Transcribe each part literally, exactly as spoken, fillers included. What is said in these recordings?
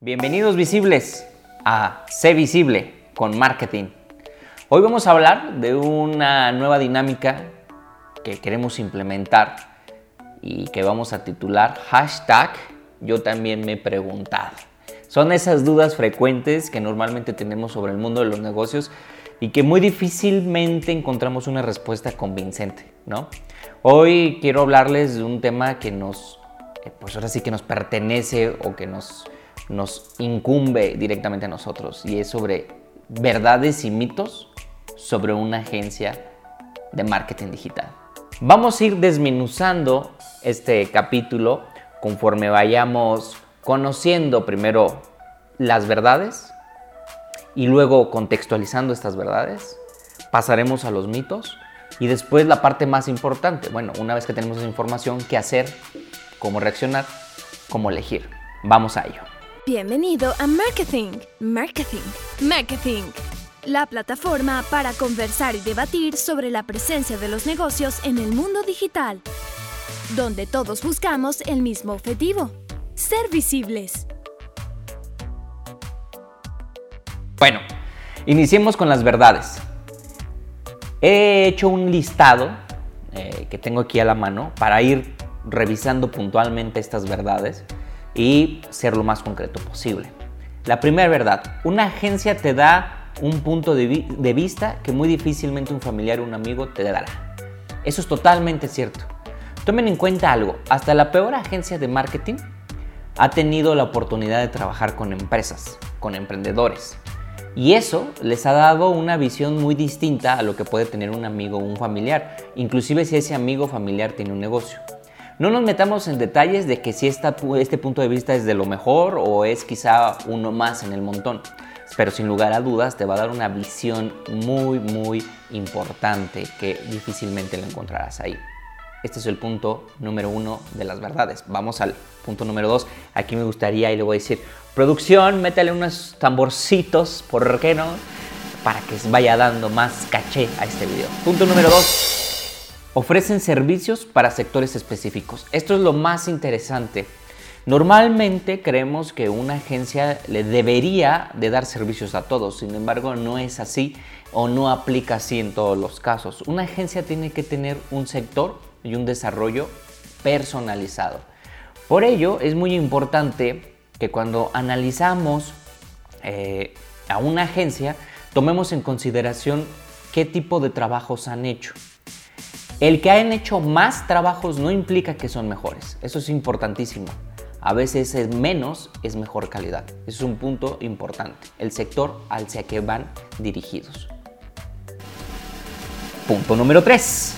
Bienvenidos visibles a Sé Visible con Marketing. Hoy vamos a hablar de una nueva dinámica que queremos implementar y que vamos a titular hashtag Yo también me he preguntado. Son esas dudas frecuentes que normalmente tenemos sobre el mundo de los negocios y que muy difícilmente encontramos una respuesta convincente, ¿no? Hoy quiero hablarles de un tema que nos, pues ahora sí que nos pertenece o que nos nos incumbe directamente a nosotros, y es sobre verdades y mitos sobre una agencia de marketing digital. Vamos a ir desmenuzando este capítulo conforme vayamos conociendo primero las verdades y luego contextualizando estas verdades. Pasaremos a los mitos y después la parte más importante. Bueno, una vez que tenemos esa información, ¿qué hacer? ¿Cómo reaccionar? ¿Cómo elegir? Vamos a ello. Bienvenido a Marketing, Marketing, Marketing, la plataforma para conversar y debatir sobre la presencia de los negocios en el mundo digital, donde todos buscamos el mismo objetivo: ser visibles. Bueno, iniciemos con las verdades. He hecho un listado eh, que tengo aquí a la mano para ir revisando puntualmente estas verdades y ser lo más concreto posible. La primera verdad: una agencia te da un punto de, vi- de vista que muy difícilmente un familiar o un amigo te dará. Eso es totalmente cierto. Tomen en cuenta algo: hasta la peor agencia de marketing ha tenido la oportunidad de trabajar con empresas, con emprendedores, y eso les ha dado una visión muy distinta a lo que puede tener un amigo o un familiar, inclusive si ese amigo o familiar tiene un negocio. No nos metamos en detalles de que si esta, este punto de vista es de lo mejor o es quizá uno más en el montón, pero sin lugar a dudas te va a dar una visión muy, muy importante que difícilmente la encontrarás ahí. Este es el punto número uno de las verdades. Vamos al punto número dos. Aquí me gustaría, y le voy a decir, producción, métale unos tamborcitos, ¿por qué no? Para que vaya dando más caché a este video. Punto número dos. Ofrecen servicios para sectores específicos. Esto es lo más interesante. Normalmente creemos que una agencia le debería de dar servicios a todos. Sin embargo, no es así o no aplica así en todos los casos. Una agencia tiene que tener un sector y un desarrollo personalizado. Por ello, es muy importante que cuando analizamos eh, a una agencia, tomemos en consideración qué tipo de trabajos han hecho. El que hayan hecho más trabajos no implica que son mejores. Eso es importantísimo. A veces es menos, es mejor calidad. Eso es un punto importante. El sector hacia que van dirigidos. Punto número tres.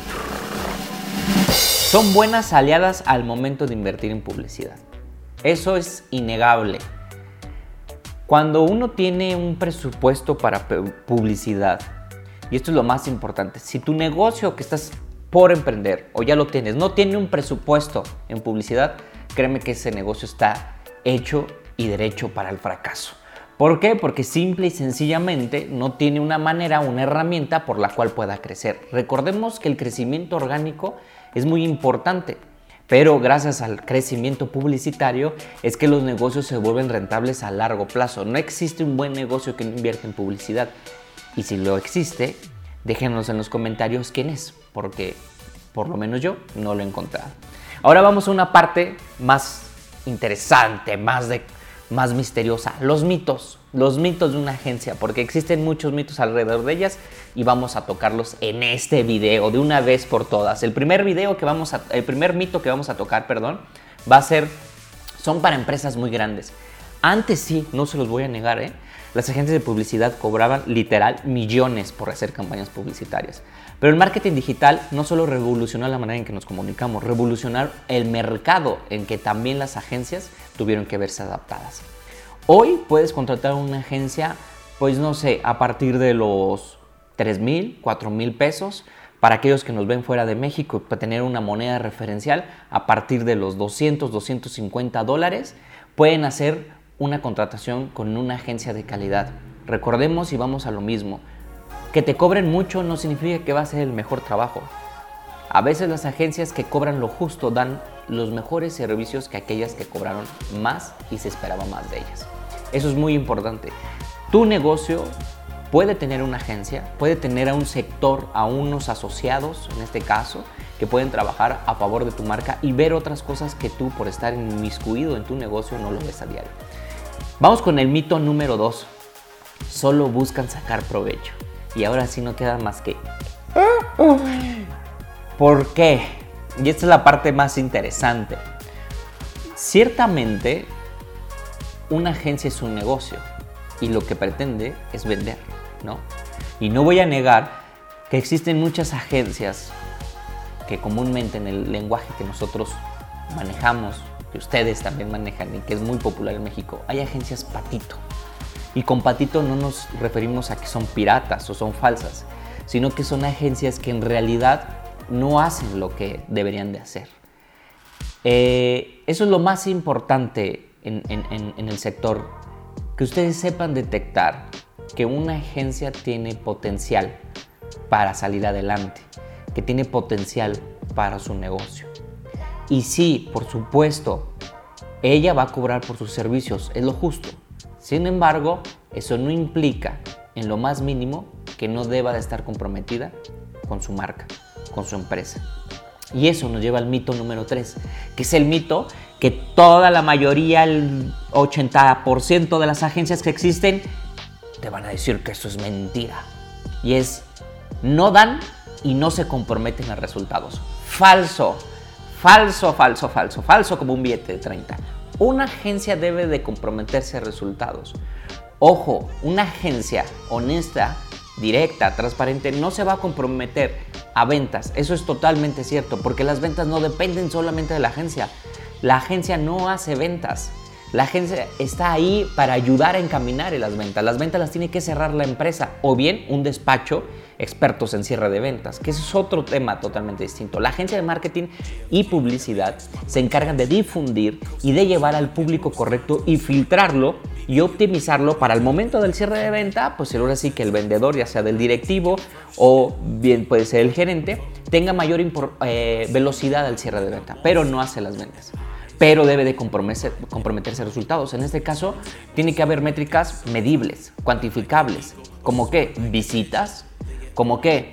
Son buenas aliadas al momento de invertir en publicidad. Eso es innegable. Cuando uno tiene un presupuesto para publicidad, y esto es lo más importante, si tu negocio que estás por emprender o ya lo tienes no tiene un presupuesto en publicidad, créeme que ese negocio está hecho y derecho para el fracaso. ¿Por qué? Porque simple y sencillamente no tiene una manera, una herramienta por la cual pueda crecer. Recordemos que el crecimiento orgánico es muy importante, pero gracias al crecimiento publicitario es que los negocios se vuelven rentables a largo plazo. No existe un buen negocio que no invierte en publicidad. Y si lo existe, déjenos en los comentarios quién es, porque por lo menos yo no lo he encontrado. Ahora vamos a una parte más interesante, más, de, más misteriosa, los mitos, los mitos de una agencia, porque existen muchos mitos alrededor de ellas y vamos a tocarlos en este video de una vez por todas. El primer video que vamos a, el primer mito que vamos a tocar, perdón, va a ser, son para empresas muy grandes. Antes sí, no se los voy a negar, ¿eh? Las agencias de publicidad cobraban literal millones por hacer campañas publicitarias. Pero el marketing digital no solo revolucionó la manera en que nos comunicamos, revolucionó el mercado en que también las agencias tuvieron que verse adaptadas. Hoy puedes contratar una agencia, pues no sé, a partir de los tres mil, cuatro mil pesos. Para aquellos que nos ven fuera de México, para tener una moneda referencial, a partir de los doscientos, doscientos cincuenta dólares, pueden hacer una contratación con una agencia de calidad. Recordemos y vamos a lo mismo: que te cobren mucho no significa que va a ser el mejor trabajo. A veces las agencias que cobran lo justo dan los mejores servicios que aquellas que cobraron más y se esperaba más de ellas. Eso es muy importante. Tu negocio puede tener una agencia, puede tener a un sector, a unos asociados, en este caso, que pueden trabajar a favor de tu marca y ver otras cosas que tú, por estar inmiscuido en tu negocio, no lo ves a diario. Vamos con el mito número dos. Solo buscan sacar provecho. Y ahora sí no queda más que... ¿Por qué? Y esta es la parte más interesante. Ciertamente, una agencia es un negocio y lo que pretende es vender, ¿no? Y no voy a negar que existen muchas agencias que comúnmente en el lenguaje que nosotros manejamos, que ustedes también manejan y que es muy popular en México, hay agencias patito. Y con patito no nos referimos a que son piratas o son falsas, sino que son agencias que en realidad no hacen lo que deberían de hacer. Eh, eso es lo más importante en, en, en, en el sector, que ustedes sepan detectar que una agencia tiene potencial para salir adelante, que tiene potencial para su negocio. Y sí, por supuesto, ella va a cobrar por sus servicios, es lo justo. Sin embargo, eso no implica en lo más mínimo que no deba de estar comprometida con su marca, con su empresa. Y eso nos lleva al mito número tres, que es el mito que toda la mayoría, el ochenta por ciento de las agencias que existen, te van a decir que eso es mentira. Y es, no dan y no se comprometen a resultados. Falso, falso, falso, falso, falso como un billete de treinta. Una agencia debe de comprometerse a resultados. Ojo, una agencia honesta, directa, transparente, no se va a comprometer a ventas. Eso es totalmente cierto, porque las ventas no dependen solamente de la agencia. La agencia no hace ventas. La agencia está ahí para ayudar a encaminar en las ventas. Las ventas las tiene que cerrar la empresa o bien un despacho expertos en cierre de ventas, que eso es otro tema totalmente distinto. La agencia de marketing y publicidad se encargan de difundir y de llevar al público correcto y filtrarlo y optimizarlo para el momento del cierre de venta, pues ahora sí que el vendedor, ya sea del directivo o bien puede ser el gerente, tenga mayor impor, eh, velocidad al cierre de venta, pero no hace las ventas. Pero debe de comprometerse, comprometerse a resultados. En este caso, tiene que haber métricas medibles, cuantificables. ¿Como qué? Visitas. ¿Como qué?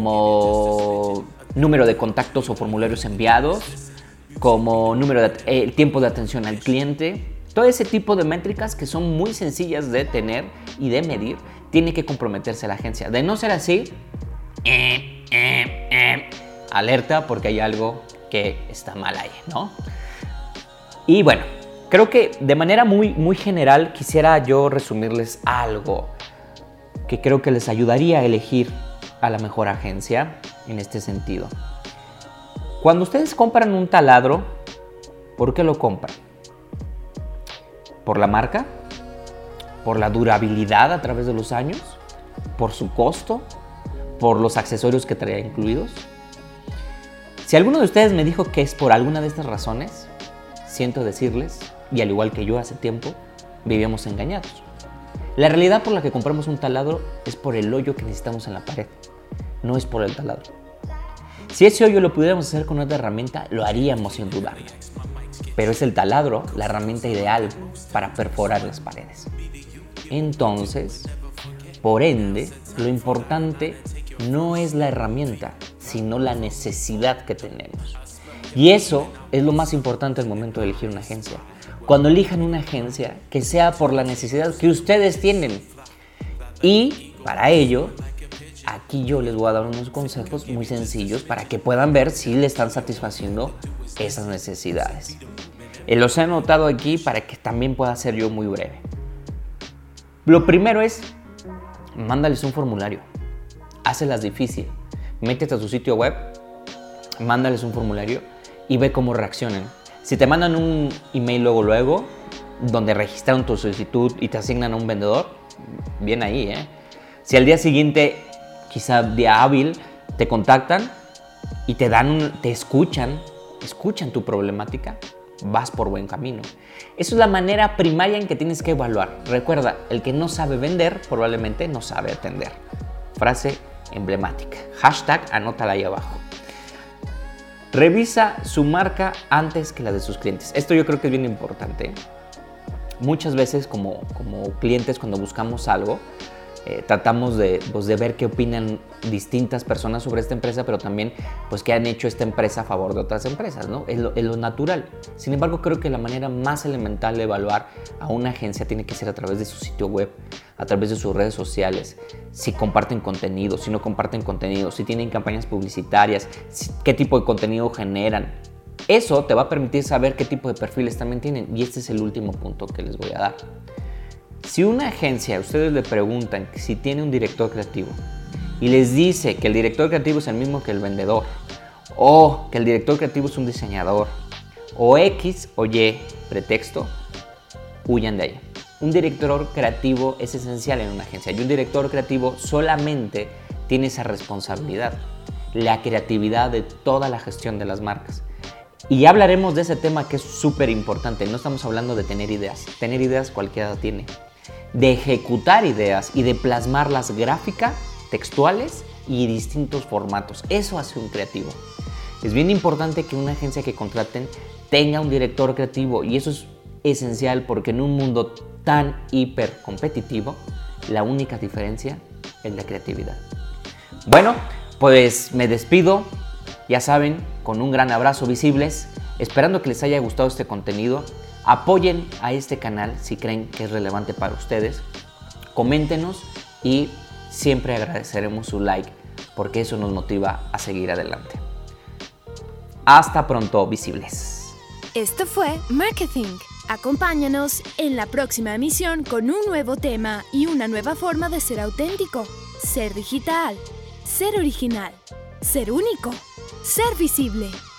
Como número de contactos o formularios enviados. Como número de eh, tiempo de atención al cliente. Todo ese tipo de métricas que son muy sencillas de tener y de medir, tiene que comprometerse la agencia. De no ser así, eh, eh, eh, alerta porque hay algo que está mal ahí, ¿no? Y bueno, creo que de manera muy, muy general quisiera yo resumirles algo que creo que les ayudaría a elegir a la mejor agencia en este sentido. Cuando ustedes compran un taladro, ¿por qué lo compran? ¿Por la marca? ¿Por la durabilidad a través de los años? ¿Por su costo? ¿Por los accesorios que traía incluidos? Si alguno de ustedes me dijo que es por alguna de estas razones, siento decirles, y al igual que yo hace tiempo, vivíamos engañados. La realidad por la que compramos un taladro es por el hoyo que necesitamos en la pared, no es por el taladro. Si ese hoyo lo pudiéramos hacer con otra herramienta, lo haríamos sin dudarlo. Pero es el taladro la herramienta ideal para perforar las paredes. Entonces, por ende, lo importante no es la herramienta, sino la necesidad que tenemos. Y eso es lo más importante al momento de elegir una agencia. Cuando elijan una agencia, que sea por la necesidad que ustedes tienen. Y para ello, aquí yo les voy a dar unos consejos muy sencillos para que puedan ver si le están satisfaciendo esas necesidades. Eh, los he anotado aquí para que también pueda ser yo muy breve. Lo primero es, mándales un formulario. Hácelas difícil. Métete a su sitio web, mándales un formulario y ve cómo reaccionan. Si te mandan un email luego, luego, donde registraron tu solicitud y te asignan a un vendedor, bien ahí, ¿eh? Si al día siguiente, quizá día hábil, te contactan y te dan, un, te escuchan, escuchan tu problemática, vas por buen camino. Esa es la manera primaria en que tienes que evaluar. Recuerda, el que no sabe vender, probablemente no sabe atender. Frase emblemática. Hashtag, anótala ahí abajo. Revisa su marca antes que la de sus clientes. Esto yo creo que es bien importante. Muchas veces como, como clientes, cuando buscamos algo, eh, tratamos de, pues, de ver qué opinan distintas personas sobre esta empresa, pero también pues, qué han hecho esta empresa a favor de otras empresas, ¿no? Es lo, es lo natural. Sin embargo, creo que la manera más elemental de evaluar a una agencia tiene que ser a través de su sitio web, a través de sus redes sociales, si comparten contenido, si no comparten contenido, si tienen campañas publicitarias, si, qué tipo de contenido generan. Eso te va a permitir saber qué tipo de perfiles también tienen. Y este es el último punto que les voy a dar. Si una agencia, ustedes le preguntan si tiene un director creativo y les dice que el director creativo es el mismo que el vendedor, o que el director creativo es un diseñador, o X o Y pretexto, huyan de ahí. Un director creativo es esencial en una agencia y un director creativo solamente tiene esa responsabilidad, la creatividad de toda la gestión de las marcas. Y ya hablaremos de ese tema que es súper importante. No estamos hablando de tener ideas. Tener ideas cualquiera tiene. De ejecutar ideas y de plasmarlas gráfica, textuales y distintos formatos. Eso hace un creativo. Es bien importante que una agencia que contraten tenga un director creativo y eso es esencial porque en un mundo tan hiper competitivo, la única diferencia es la creatividad. Bueno, pues me despido. Ya saben, con un gran abrazo visibles, esperando que les haya gustado este contenido. Apoyen a este canal si creen que es relevante para ustedes. Coméntenos y siempre agradeceremos su like porque eso nos motiva a seguir adelante. Hasta pronto, visibles. Esto fue Marketing. Acompáñanos en la próxima emisión con un nuevo tema y una nueva forma de ser auténtico, ser digital, ser original, ser único, ser visible.